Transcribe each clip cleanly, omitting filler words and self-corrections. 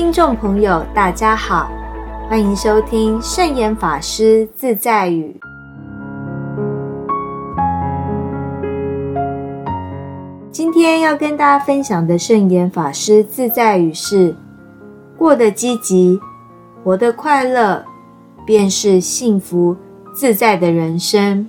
听众朋友大家好，欢迎收听圣严法师自在语。今天要跟大家分享的圣严法师自在语是：过得积极，活得快乐，便是幸福自在的人生。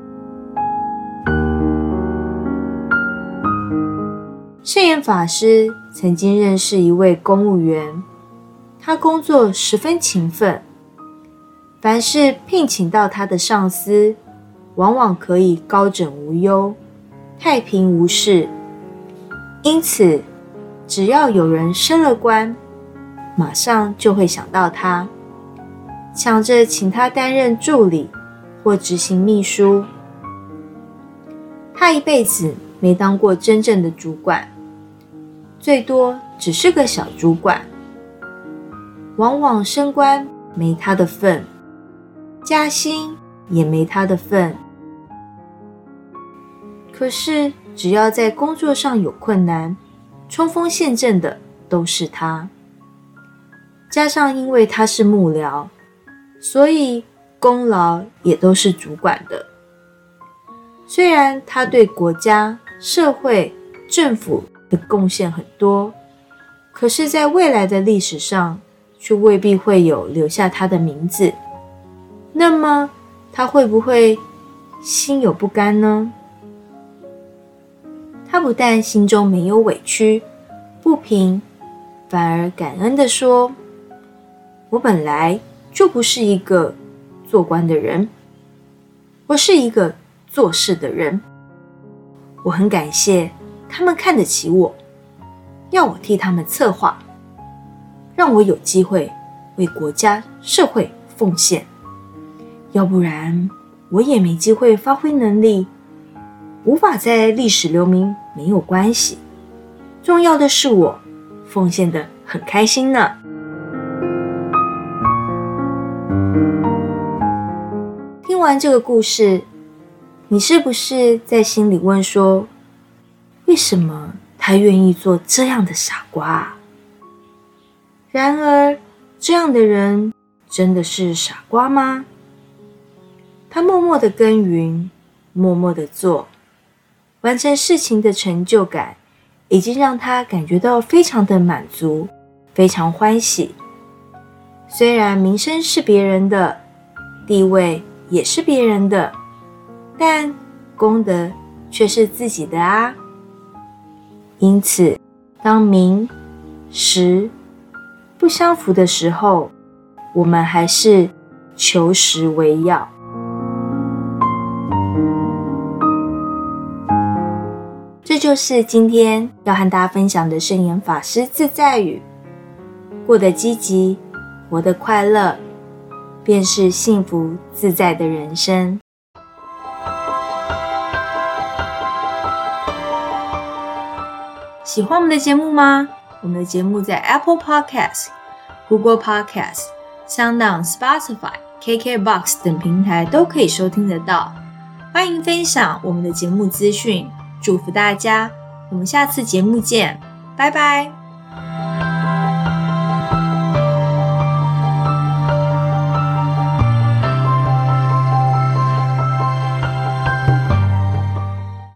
圣严法师曾经认识一位公务员，他工作十分勤奋，凡是聘请到他的上司，往往可以高枕无忧，太平无事。因此，只要有人升了官，马上就会想到他，抢着请他担任助理或执行秘书。他一辈子没当过真正的主管，最多只是个小主管，往往升官没他的份，加薪也没他的份。可是只要在工作上有困难，冲锋陷阵的都是他。加上因为他是幕僚，所以功劳也都是主管的。虽然他对国家、社会、政府的贡献很多，可是在未来的历史上却未必会有留下他的名字。那么他会不会心有不甘呢？他不但心中没有委屈不平，反而感恩地说：我本来就不是一个做官的人，我是一个做事的人。我很感谢他们看得起我，要我替他们策划，让我有机会为国家社会奉献，要不然我也没机会发挥能力，无法在历史留名没有关系，重要的是我奉献得很开心呢。听完这个故事，你是不是在心里问说，为什么他愿意做这样的傻瓜啊？然而，这样的人真的是傻瓜吗？他默默地耕耘，默默地做，完成事情的成就感已经让他感觉到非常的满足，非常欢喜。虽然名声是别人的，地位也是别人的，但功德却是自己的啊。因此，当名实不相符的时候，我们还是求实为要。这就是今天要和大家分享的圣严法师自在语：过得积极，活得快乐，便是幸福自在的人生。喜欢我们的节目吗？我们的节目在 Apple Podcast、Google Podcast、SoundOn、Spotify、KKBOX 等平台都可以收听得到。欢迎分享我们的节目资讯，祝福大家，我们下次节目见，拜拜。